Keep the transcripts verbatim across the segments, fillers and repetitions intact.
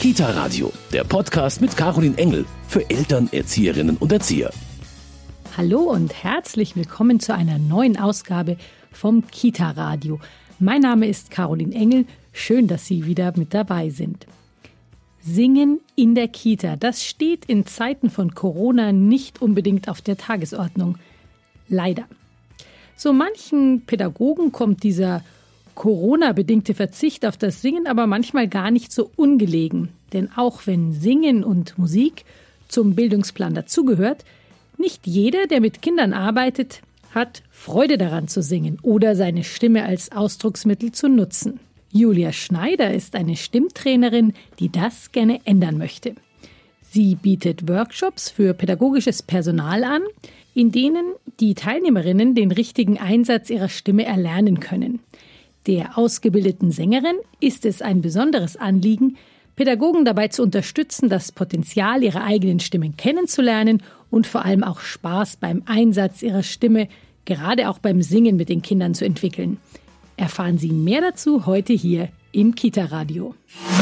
Kita Radio, der Podcast mit Caroline Engel für Eltern, Erzieherinnen und Erzieher. Hallo und herzlich willkommen zu einer neuen Ausgabe vom Kita Radio. Mein Name ist Caroline Engel. Schön, dass Sie wieder mit dabei sind. Singen in der Kita, das steht in Zeiten von Corona nicht unbedingt auf der Tagesordnung. Leider. So manchen Pädagogen kommt dieser Corona-bedingte Verzicht auf das Singen aber manchmal gar nicht so ungelegen. Denn auch wenn Singen und Musik zum Bildungsplan dazugehört, nicht jeder, der mit Kindern arbeitet, hat Freude daran zu singen oder seine Stimme als Ausdrucksmittel zu nutzen. Julia Schneider ist eine Stimmtrainerin, die das gerne ändern möchte. Sie bietet Workshops für pädagogisches Personal an, in denen die Teilnehmerinnen den richtigen Einsatz ihrer Stimme erlernen können. Der ausgebildeten Sängerin ist es ein besonderes Anliegen, Pädagogen dabei zu unterstützen, das Potenzial ihrer eigenen Stimmen kennenzulernen und vor allem auch Spaß beim Einsatz ihrer Stimme, gerade auch beim Singen mit den Kindern zu entwickeln. Erfahren Sie mehr dazu heute hier im Kita Radio.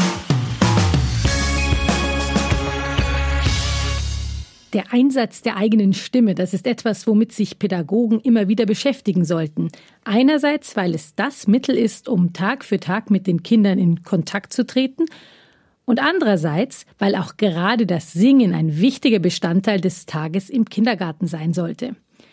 Der Einsatz der eigenen Stimme, das ist etwas, womit sich Pädagogen immer wieder beschäftigen sollten. Einerseits, weil es das Mittel ist, um Tag für Tag mit den Kindern in Kontakt zu treten. Und andererseits, weil auch gerade das Singen ein wichtiger Bestandteil des Tages im Kindergarten sein sollte.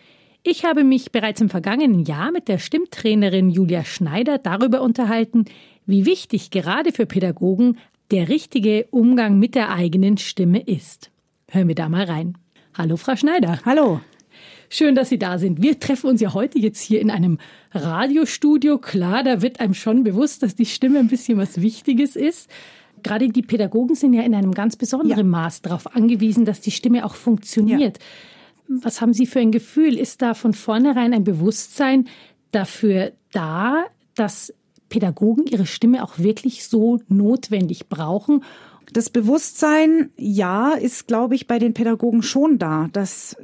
Ich habe mich bereits im vergangenen Jahr mit der Stimmtrainerin Julia Schneider darüber unterhalten, wie wichtig gerade für Pädagogen der richtige Umgang mit der eigenen Stimme ist. Hören wir da mal rein. Hallo, Frau Schneider. Hallo. Schön, dass Sie da sind. Wir treffen uns ja heute jetzt hier in einem Radiostudio. Klar, da wird einem schon bewusst, dass die Stimme ein bisschen was Wichtiges ist. Gerade die Pädagogen sind ja in einem ganz besonderen ja. Maß darauf angewiesen, dass die Stimme auch funktioniert. Ja. Was haben Sie für ein Gefühl? Ist da von vornherein ein Bewusstsein dafür da, dass Pädagogen ihre Stimme auch wirklich so notwendig brauchen? Das Bewusstsein, ja, ist, glaube ich, bei den Pädagogen schon da, dass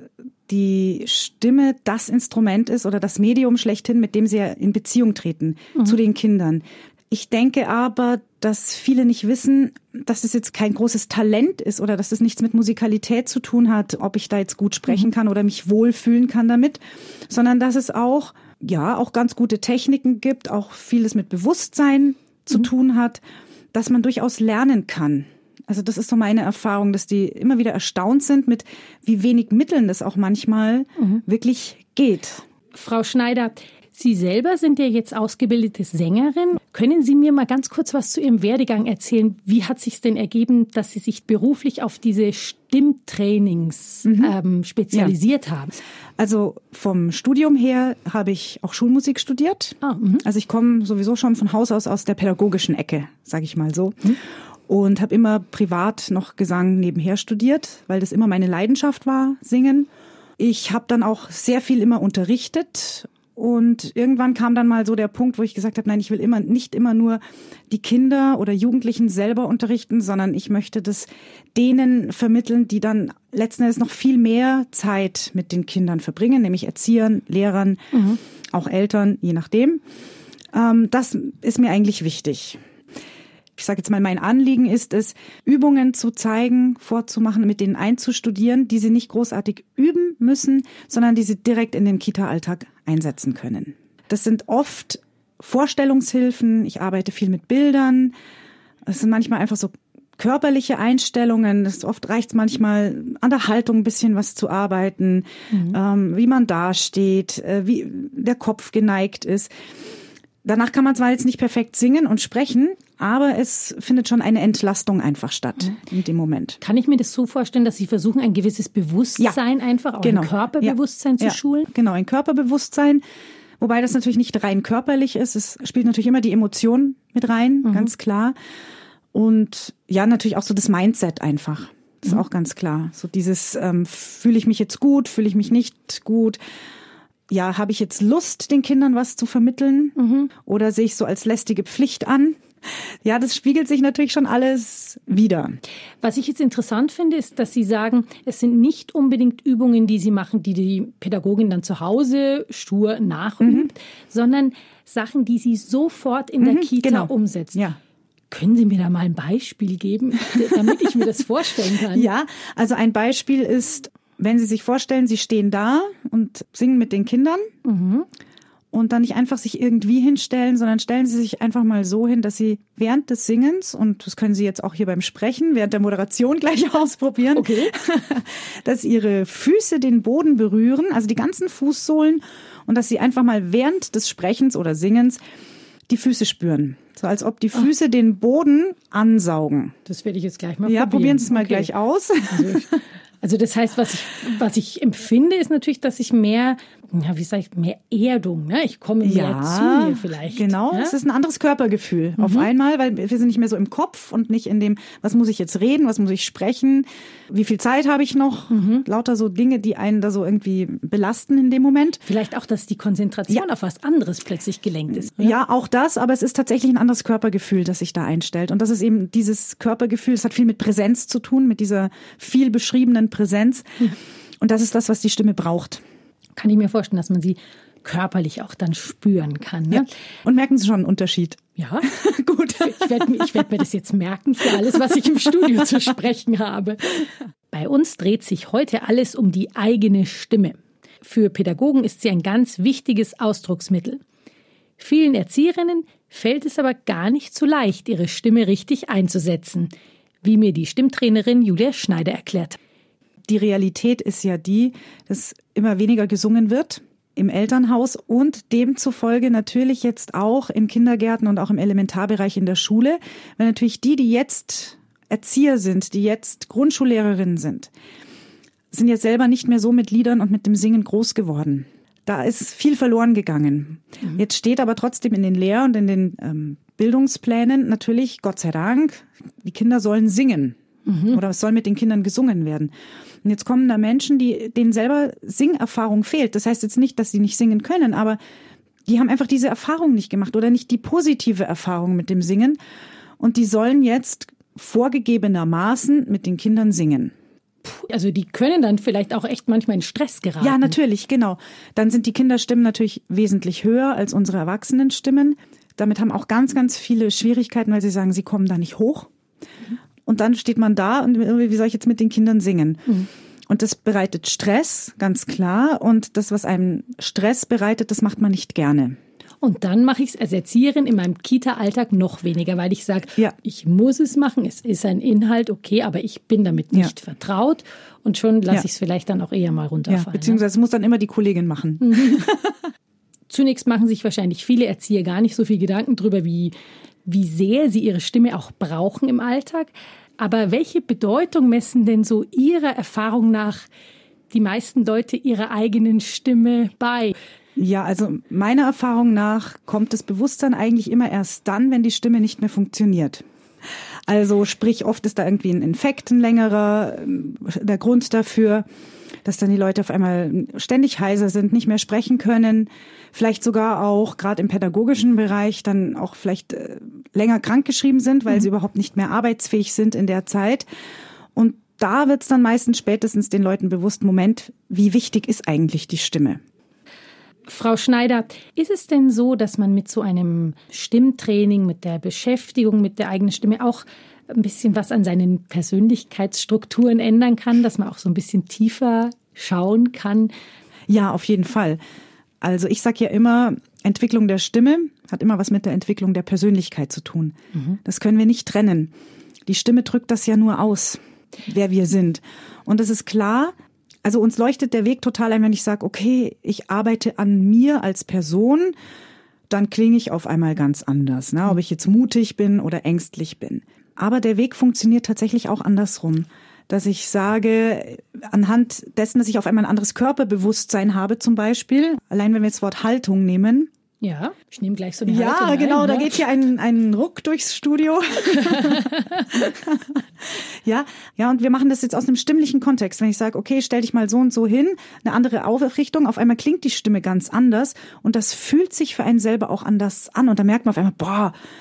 die Stimme das Instrument ist oder das Medium schlechthin, mit dem sie in Beziehung treten mhm. zu den Kindern. Ich denke aber, dass viele nicht wissen, dass es jetzt kein großes Talent ist oder dass es nichts mit Musikalität zu tun hat, ob ich da jetzt gut sprechen mhm. kann oder mich wohlfühlen kann damit, sondern dass es auch, ja, auch ganz gute Techniken gibt, auch vieles mit Bewusstsein mhm. zu tun hat, dass man durchaus lernen kann. Also das ist so meine Erfahrung, dass die immer wieder erstaunt sind, mit wie wenig Mitteln das auch manchmal mhm. wirklich geht. Frau Schneider, Sie selber sind ja jetzt ausgebildete Sängerin. Können Sie mir mal ganz kurz was zu Ihrem Werdegang erzählen? Wie hat sich denn ergeben, dass Sie sich beruflich auf diese Stimmtrainings mhm. ähm, spezialisiert ja. haben? Also vom Studium her habe ich auch Schulmusik studiert. Ah, also ich komme sowieso schon von Haus aus aus der pädagogischen Ecke, sage ich mal so. Mhm. Und habe immer privat noch Gesang nebenher studiert, weil das immer meine Leidenschaft war, Singen. Ich habe dann auch sehr viel immer unterrichtet. Und irgendwann kam dann mal so der Punkt, wo ich gesagt habe, nein, ich will immer nicht immer nur die Kinder oder Jugendlichen selber unterrichten, sondern ich möchte das denen vermitteln, die dann letzten Endes noch viel mehr Zeit mit den Kindern verbringen, nämlich Erziehern, Lehrern, mhm. auch Eltern, je nachdem. Das ist mir eigentlich wichtig. Ich sage jetzt mal, mein Anliegen ist es, Übungen zu zeigen, vorzumachen, mit denen einzustudieren, die sie nicht großartig üben müssen, sondern die sie direkt in den Kita-Alltag einsetzen können. Das sind oft Vorstellungshilfen. Ich arbeite viel mit Bildern. Es sind manchmal einfach so körperliche Einstellungen. Das oft reicht es manchmal, an der Haltung ein bisschen was zu arbeiten, mhm. ähm, wie man dasteht, äh, wie der Kopf geneigt ist. Danach kann man zwar jetzt nicht perfekt singen und sprechen, aber es findet schon eine Entlastung einfach statt mhm. in dem Moment. Kann ich mir das so vorstellen, dass Sie versuchen, ein gewisses Bewusstsein ja, einfach, auch genau. ein Körperbewusstsein ja. zu ja. schulen? Genau, ein Körperbewusstsein, wobei das natürlich nicht rein körperlich ist. Es spielt natürlich immer die Emotion mit rein, mhm. ganz klar. Und ja, natürlich auch so das Mindset einfach. Das ist mhm. auch ganz klar. So dieses, ähm, fühle ich mich jetzt gut, fühle ich mich nicht gut? Ja, habe ich jetzt Lust, den Kindern was zu vermitteln? Mhm. Oder sehe ich so als lästige Pflicht an? Ja, das spiegelt sich natürlich schon alles wider. Was ich jetzt interessant finde, ist, dass Sie sagen, es sind nicht unbedingt Übungen, die Sie machen, die die Pädagogin dann zu Hause stur nachübt, mhm. sondern Sachen, die Sie sofort in der mhm, Kita genau. umsetzen. Ja. Können Sie mir da mal ein Beispiel geben, damit ich mir das vorstellen kann? Ja, also ein Beispiel ist, wenn Sie sich vorstellen, Sie stehen da und singen mit den Kindern. Mhm. Und dann nicht einfach sich irgendwie hinstellen, sondern stellen Sie sich einfach mal so hin, dass Sie während des Singens, und das können Sie jetzt auch hier beim Sprechen, während der Moderation gleich ausprobieren, okay. dass Ihre Füße den Boden berühren, also die ganzen Fußsohlen, und dass Sie einfach mal während des Sprechens oder Singens die Füße spüren. So als ob die Füße oh. den Boden ansaugen. Das werde ich jetzt gleich mal ja, probieren. Ja, probieren Sie es mal okay. gleich aus. Also, also das heißt, was ich, was ich empfinde, ist natürlich, dass ich mehr, ja, wie sage ich, mehr Erdung, ne? Ich komme mehr ja, zu mir vielleicht. Genau, ja? Es ist ein anderes Körpergefühl mhm. auf einmal, weil wir sind nicht mehr so im Kopf und nicht in dem, was muss ich jetzt reden, was muss ich sprechen, wie viel Zeit habe ich noch, mhm. lauter so Dinge, die einen da so irgendwie belasten in dem Moment. Vielleicht auch, dass die Konzentration ja. auf was anderes plötzlich gelenkt ist. Oder? Ja, auch das, aber es ist tatsächlich ein anderes Körpergefühl, das sich da einstellt. Und das ist eben dieses Körpergefühl, es hat viel mit Präsenz zu tun, mit dieser viel beschriebenen Präsenz. Mhm. Und das ist das, was die Stimme braucht. Kann ich mir vorstellen, dass man sie körperlich auch dann spüren kann. Ne? Ja. Und merken Sie schon einen Unterschied? Ja, gut. Ich werde ich werd mir das jetzt merken für alles, was ich im Studio zu sprechen habe. Bei uns dreht sich heute alles um die eigene Stimme. Für Pädagogen ist sie ein ganz wichtiges Ausdrucksmittel. Vielen Erzieherinnen fällt es aber gar nicht so leicht, ihre Stimme richtig einzusetzen, wie mir die Stimmtrainerin Julia Schneider erklärt. Die Realität ist ja die, dass immer weniger gesungen wird im Elternhaus und demzufolge natürlich jetzt auch in Kindergärten und auch im Elementarbereich in der Schule, weil natürlich die, die jetzt Erzieher sind, die jetzt Grundschullehrerinnen sind, sind jetzt selber nicht mehr so mit Liedern und mit dem Singen groß geworden. Da ist viel verloren gegangen. Mhm. Jetzt steht aber trotzdem in den Lehr- und in den ähm, Bildungsplänen natürlich, Gott sei Dank, die Kinder sollen singen. Mhm. Oder es soll mit den Kindern gesungen werden. Und jetzt kommen da Menschen, die, denen selber Singerfahrung fehlt. Das heißt jetzt nicht, dass sie nicht singen können, aber die haben einfach diese Erfahrung nicht gemacht oder nicht die positive Erfahrung mit dem Singen. Und die sollen jetzt vorgegebenermaßen mit den Kindern singen. Also die können dann vielleicht auch echt manchmal in Stress geraten. Ja, natürlich, genau. Dann sind die Kinderstimmen natürlich wesentlich höher als unsere Erwachsenenstimmen. Damit haben auch ganz, ganz viele Schwierigkeiten, weil sie sagen, sie kommen da nicht hoch. Mhm. Und dann steht man da und wie soll ich jetzt mit den Kindern singen? Mhm. Und das bereitet Stress, ganz klar. Und das, was einem Stress bereitet, das macht man nicht gerne. Und dann mache ich es als Erzieherin in meinem Kita-Alltag noch weniger, weil ich sage, ja. ich muss es machen, es ist ein Inhalt, okay, aber ich bin damit nicht ja. vertraut und schon lasse ja. ich es vielleicht dann auch eher mal runterfallen. Ja, beziehungsweise es muss dann immer die Kollegin machen. Mhm. Zunächst machen sich wahrscheinlich viele Erzieher gar nicht so viel Gedanken darüber, wie, wie sehr sie ihre Stimme auch brauchen im Alltag. Aber welche Bedeutung messen denn so Ihrer Erfahrung nach die meisten Leute ihrer eigenen Stimme bei? Ja, also meiner Erfahrung nach kommt das Bewusstsein eigentlich immer erst dann, wenn die Stimme nicht mehr funktioniert. Also sprich, oft ist da irgendwie ein Infekt, ein längerer, der Grund dafür, dass dann die Leute auf einmal ständig heiser sind, nicht mehr sprechen können, vielleicht sogar auch gerade im pädagogischen Bereich dann auch vielleicht länger krankgeschrieben sind, weil mhm. sie überhaupt nicht mehr arbeitsfähig sind in der Zeit. Und da wird es dann meistens spätestens den Leuten bewusst, Moment, wie wichtig ist eigentlich die Stimme? Frau Schneider, ist es denn so, dass man mit so einem Stimmtraining, mit der Beschäftigung mit der eigenen Stimme auch ein bisschen was an seinen Persönlichkeitsstrukturen ändern kann, dass man auch so ein bisschen tiefer schauen kann? Ja, auf jeden Fall. Also ich sage ja immer, Entwicklung der Stimme hat immer was mit der Entwicklung der Persönlichkeit zu tun. Mhm. Das können wir nicht trennen. Die Stimme drückt das ja nur aus, wer wir sind. Und es ist klar, also uns leuchtet der Weg total ein, wenn ich sage, okay, ich arbeite an mir als Person, dann klinge ich auf einmal ganz anders, ne? Ob ich jetzt mutig bin oder ängstlich bin. Aber der Weg funktioniert tatsächlich auch andersrum, dass ich sage, anhand dessen, dass ich auf einmal ein anderes Körperbewusstsein habe zum Beispiel, allein wenn wir das Wort Haltung nehmen. Ja, ich nehme gleich so eine ja, Haltung ein. Ja, genau, ne? Da geht hier ein, ein Ruck durchs Studio. ja, ja, und wir machen das jetzt aus einem stimmlichen Kontext. Wenn ich sage, okay, stell dich mal so und so hin, eine andere Aufrichtung, auf einmal klingt die Stimme ganz anders und das fühlt sich für einen selber auch anders an und da merkt man auf einmal, boah,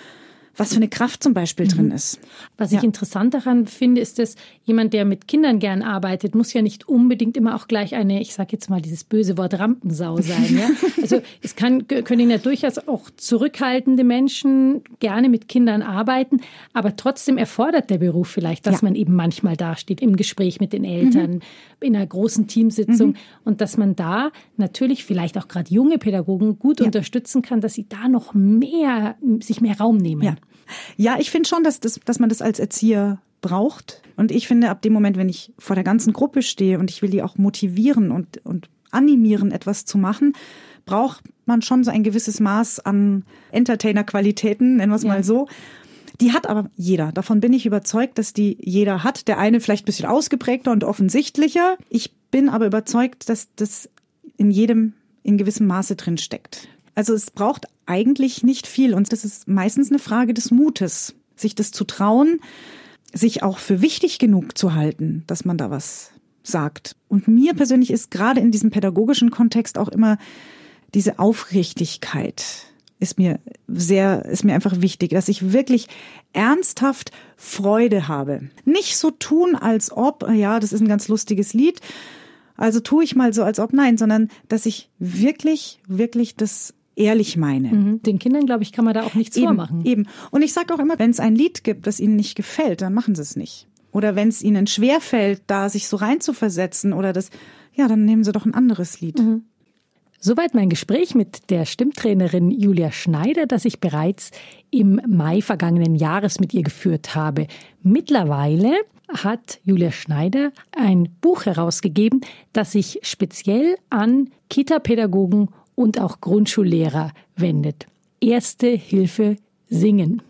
was für eine Kraft zum Beispiel mhm. drin ist. Was ich ja. interessant daran finde, ist, dass jemand, der mit Kindern gern arbeitet, muss ja nicht unbedingt immer auch gleich eine, ich sage jetzt mal dieses böse Wort Rampensau sein. Ja? Also es kann, können ja durchaus auch zurückhaltende Menschen gerne mit Kindern arbeiten, aber trotzdem erfordert der Beruf vielleicht, dass ja. man eben manchmal dasteht im Gespräch mit den Eltern, mhm. in einer großen Teamsitzung mhm. und dass man da natürlich vielleicht auch gerade junge Pädagogen gut ja. unterstützen kann, dass sie da noch mehr, sich mehr Raum nehmen. Ja. Ja, ich finde schon, dass, das, dass man das als Erzieher braucht. Und ich finde, ab dem Moment, wenn ich vor der ganzen Gruppe stehe und ich will die auch motivieren und, und animieren, etwas zu machen, braucht man schon so ein gewisses Maß an Entertainer-Qualitäten, nennen wir es ja. mal so. Die hat aber jeder. Davon bin ich überzeugt, dass die jeder hat. Der eine vielleicht ein bisschen ausgeprägter und offensichtlicher. Ich bin aber überzeugt, dass das in jedem in gewissem Maße drin steckt. Also es braucht eigentlich nicht viel und das ist meistens eine Frage des Mutes, sich das zu trauen, sich auch für wichtig genug zu halten, dass man da was sagt. Und mir persönlich ist gerade in diesem pädagogischen Kontext auch immer diese Aufrichtigkeit ist mir sehr, ist mir einfach wichtig, dass ich wirklich ernsthaft Freude habe. Nicht so tun, als ob, ja, das ist ein ganz lustiges Lied, also tue ich mal so, als ob, nein, sondern dass ich wirklich, wirklich das ehrlich meine. Mhm. Den Kindern, glaube ich, kann man da auch nichts eben, vormachen. Eben. Und ich sage auch immer, wenn es ein Lied gibt, das ihnen nicht gefällt, dann machen sie es nicht. Oder wenn es ihnen schwerfällt, da sich so reinzuversetzen oder das, ja, dann nehmen sie doch ein anderes Lied. Mhm. Soweit mein Gespräch mit der Stimmtrainerin Julia Schneider, das ich bereits im Mai vergangenen Jahres mit ihr geführt habe. Mittlerweile hat Julia Schneider ein Buch herausgegeben, das sich speziell an Kita-Pädagogen und auch Grundschullehrer wendet. Erste Hilfe singen.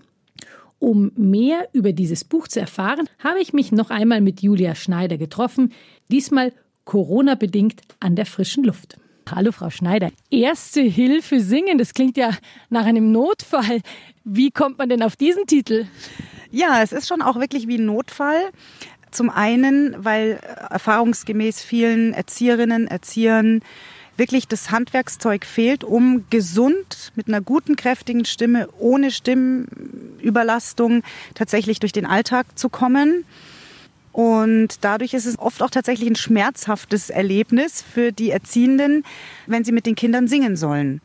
Um mehr über dieses Buch zu erfahren, habe ich mich noch einmal mit Julia Schneider getroffen, diesmal Corona-bedingt an der frischen Luft. Hallo Frau Schneider. Erste Hilfe singen, das klingt ja nach einem Notfall. Wie kommt man denn auf diesen Titel? Ja, es ist schon auch wirklich wie ein Notfall. Zum einen, weil erfahrungsgemäß vielen Erzieherinnen, Erziehern wirklich das Handwerkszeug fehlt, um gesund mit einer guten, kräftigen Stimme, ohne Stimmüberlastung tatsächlich durch den Alltag zu kommen. Und dadurch ist es oft auch tatsächlich ein schmerzhaftes Erlebnis für die Erziehenden, wenn sie mit den Kindern singen sollen.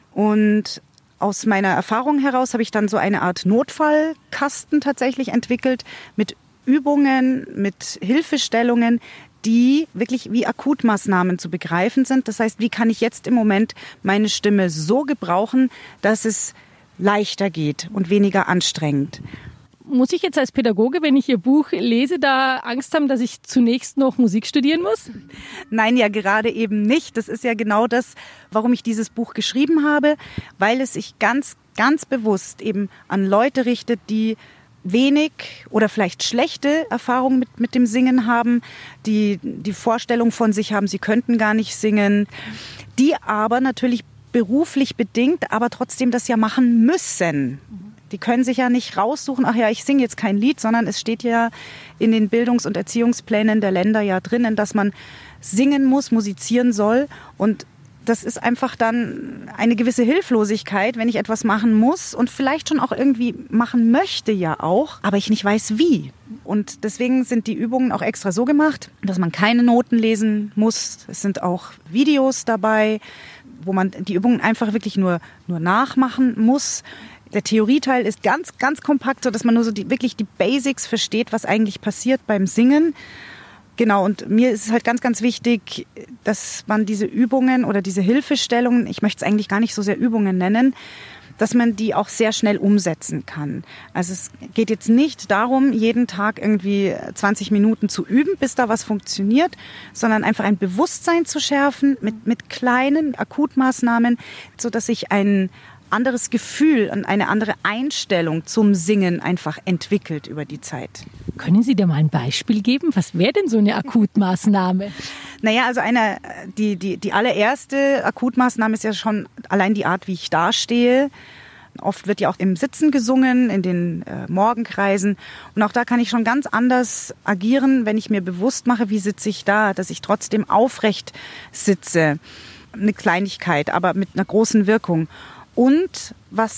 Und aus meiner Erfahrung heraus habe ich dann so eine Art Notfallkasten tatsächlich entwickelt mit Übungen, mit Hilfestellungen, die wirklich wie Akutmaßnahmen zu begreifen sind. Das heißt, wie kann ich jetzt im Moment meine Stimme so gebrauchen, dass es leichter geht und weniger anstrengend. Muss ich jetzt als Pädagoge, wenn ich Ihr Buch lese, da Angst haben, dass ich zunächst noch Musik studieren muss? Nein, ja gerade eben nicht. Das ist ja genau das, warum ich dieses Buch geschrieben habe, weil es sich ganz, ganz bewusst eben an Leute richtet, die wenig oder vielleicht schlechte Erfahrungen mit, mit dem Singen haben, die die Vorstellung von sich haben, sie könnten gar nicht singen, die aber natürlich beruflich bedingt, aber trotzdem das ja machen müssen. Die können sich ja nicht raussuchen, ach ja, ich singe jetzt kein Lied, sondern es steht ja in den Bildungs- und Erziehungsplänen der Länder ja drinnen, dass man singen muss, musizieren soll. Und das ist einfach dann eine gewisse Hilflosigkeit, wenn ich etwas machen muss und vielleicht schon auch irgendwie machen möchte ja auch, aber ich nicht weiß wie. Und deswegen sind die Übungen auch extra so gemacht, dass man keine Noten lesen muss. Es sind auch Videos dabei, wo man die Übungen einfach wirklich nur, nur nachmachen muss. Der Theorieteil ist ganz, ganz kompakt, so dass man nur so die, wirklich die Basics versteht, was eigentlich passiert beim Singen. Genau, und mir ist es halt ganz, ganz wichtig, dass man diese Übungen oder diese Hilfestellungen, ich möchte es eigentlich gar nicht so sehr Übungen nennen, dass man die auch sehr schnell umsetzen kann. Also es geht jetzt nicht darum, jeden Tag irgendwie zwanzig Minuten zu üben, bis da was funktioniert, sondern einfach ein Bewusstsein zu schärfen mit, mit kleinen Akutmaßnahmen, sodass sich ein anderes Gefühl und eine andere Einstellung zum Singen einfach entwickelt über die Zeit. Können Sie da mal ein Beispiel geben? Was wäre denn so eine Akutmaßnahme? Naja, also eine, die, die, die allererste Akutmaßnahme ist ja schon allein die Art, wie ich dastehe. Oft wird ja auch im Sitzen gesungen, in den äh, Morgenkreisen. Und auch da kann ich schon ganz anders agieren, wenn ich mir bewusst mache, wie sitze ich da, dass ich trotzdem aufrecht sitze. Eine Kleinigkeit, aber mit einer großen Wirkung. Und was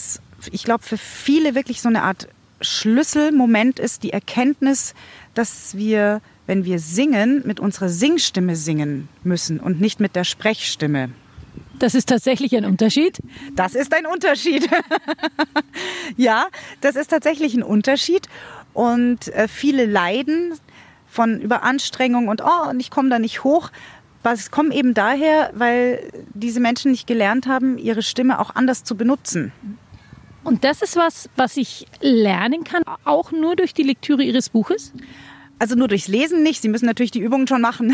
ich glaube, für viele wirklich so eine Art Schlüsselmoment ist die Erkenntnis, dass wir, wenn wir singen, mit unserer Singstimme singen müssen und nicht mit der Sprechstimme. Das ist tatsächlich ein Unterschied? Das ist ein Unterschied. Ja, das ist tatsächlich ein Unterschied. Und äh, viele leiden von Überanstrengung und oh, und ich komme da nicht hoch. Es kommt eben daher, weil diese Menschen nicht gelernt haben, ihre Stimme auch anders zu benutzen. Und das ist was, was ich lernen kann, auch nur durch die Lektüre Ihres Buches? Also nur durchs Lesen nicht. Sie müssen natürlich die Übungen schon machen.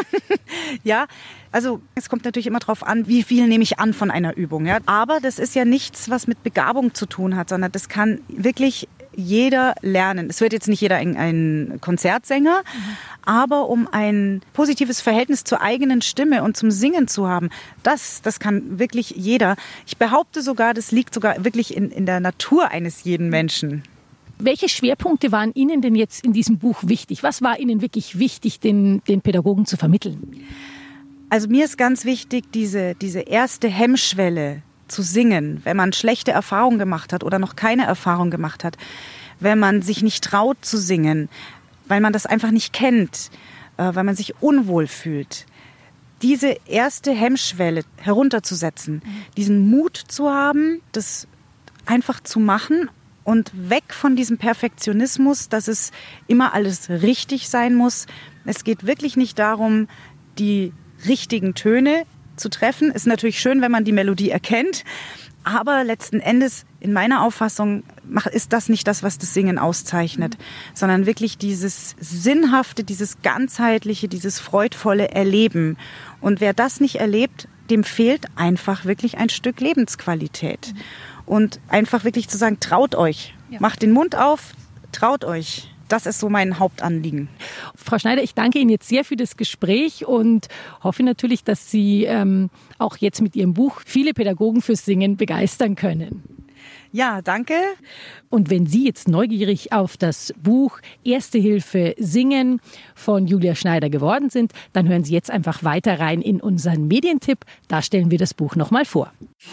Ja, also es kommt natürlich immer darauf an, wie viel nehme ich an von einer Übung. Ja? Aber das ist ja nichts, was mit Begabung zu tun hat, sondern das kann wirklich jeder lernen. Es wird jetzt nicht jeder ein, ein Konzertsänger, mhm. aber um ein positives Verhältnis zur eigenen Stimme und zum Singen zu haben, das, das kann wirklich jeder. Ich behaupte sogar, das liegt sogar wirklich in, in der Natur eines jeden Menschen. Welche Schwerpunkte waren Ihnen denn jetzt in diesem Buch wichtig? Was war Ihnen wirklich wichtig, den, den Pädagogen zu vermitteln? Also mir ist ganz wichtig, diese, diese erste Hemmschwelle zu singen, wenn man schlechte Erfahrungen gemacht hat oder noch keine Erfahrung gemacht hat, wenn man sich nicht traut zu singen, weil man das einfach nicht kennt, äh, weil man sich unwohl fühlt. Diese erste Hemmschwelle herunterzusetzen, mhm. diesen Mut zu haben, das einfach zu machen und weg von diesem Perfektionismus, dass es immer alles richtig sein muss. Es geht wirklich nicht darum, die richtigen Töne zu treffen. Ist natürlich schön, wenn man die Melodie erkennt, aber letzten Endes, in meiner Auffassung, ist das nicht das, was das Singen auszeichnet, mhm. sondern wirklich dieses sinnhafte, dieses ganzheitliche, dieses freudvolle Erleben. Und wer das nicht erlebt, dem fehlt einfach wirklich ein Stück Lebensqualität. Mhm. Und einfach wirklich zu sagen, traut euch, ja. macht den Mund auf, traut euch. Das ist so mein Hauptanliegen. Frau Schneider, ich danke Ihnen jetzt sehr für das Gespräch und hoffe natürlich, dass Sie ähm, auch jetzt mit Ihrem Buch viele Pädagogen fürs Singen begeistern können. Ja, danke. Und wenn Sie jetzt neugierig auf das Buch Erste Hilfe Singen von Julia Schneider geworden sind, dann hören Sie jetzt einfach weiter rein in unseren Medientipp. Da stellen wir das Buch nochmal vor.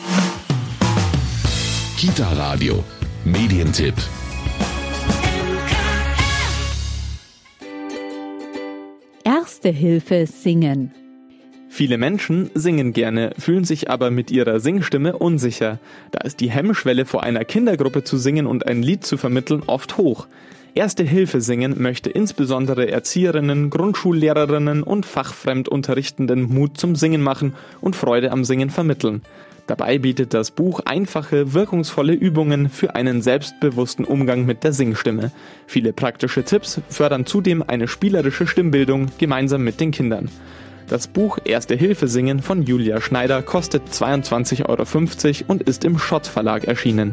Kita Radio, Medientipp. Erste Hilfe Singen. Viele Menschen singen gerne, fühlen sich aber mit ihrer Singstimme unsicher. Da ist die Hemmschwelle, vor einer Kindergruppe zu singen und ein Lied zu vermitteln, oft hoch. Erste Hilfe Singen möchte insbesondere Erzieherinnen, Grundschullehrerinnen und Fachfremdunterrichtenden Mut zum Singen machen und Freude am Singen vermitteln. Dabei bietet das Buch einfache, wirkungsvolle Übungen für einen selbstbewussten Umgang mit der Singstimme. Viele praktische Tipps fördern zudem eine spielerische Stimmbildung gemeinsam mit den Kindern. Das Buch Erste Hilfe Singen von Julia Schneider kostet zweiundzwanzig Euro fünfzig und ist im Schott Verlag erschienen.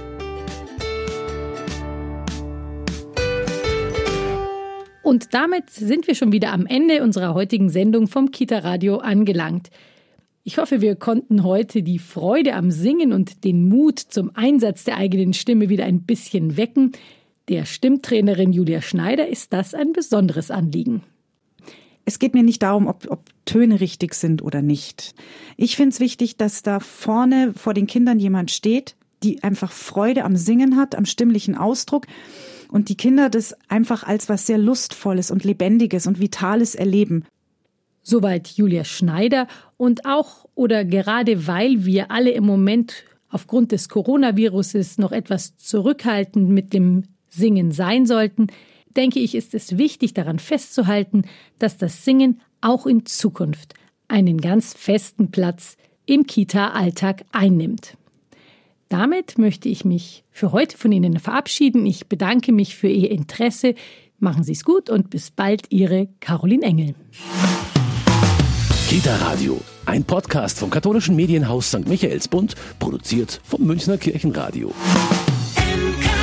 Und damit sind wir schon wieder am Ende unserer heutigen Sendung vom Kita Radio angelangt. Ich hoffe, wir konnten heute die Freude am Singen und den Mut zum Einsatz der eigenen Stimme wieder ein bisschen wecken. Der Stimmtrainerin Julia Schneider ist das ein besonderes Anliegen. Es geht mir nicht darum, ob, ob Töne richtig sind oder nicht. Ich finde es wichtig, dass da vorne vor den Kindern jemand steht, die einfach Freude am Singen hat, am stimmlichen Ausdruck und die Kinder das einfach als was sehr Lustvolles und Lebendiges und Vitales erleben. Soweit Julia Schneider und auch oder gerade weil wir alle im Moment aufgrund des Coronaviruses noch etwas zurückhaltend mit dem Singen sein sollten, denke ich, ist es wichtig, daran festzuhalten, dass das Singen auch in Zukunft einen ganz festen Platz im Kita-Alltag einnimmt. Damit möchte ich mich für heute von Ihnen verabschieden. Ich bedanke mich für Ihr Interesse. Machen Sie es gut und bis bald, Ihre Caroline Engel. Kita Radio, ein Podcast vom katholischen Medienhaus Sankt Michaelsbund, produziert vom Münchner Kirchenradio. M K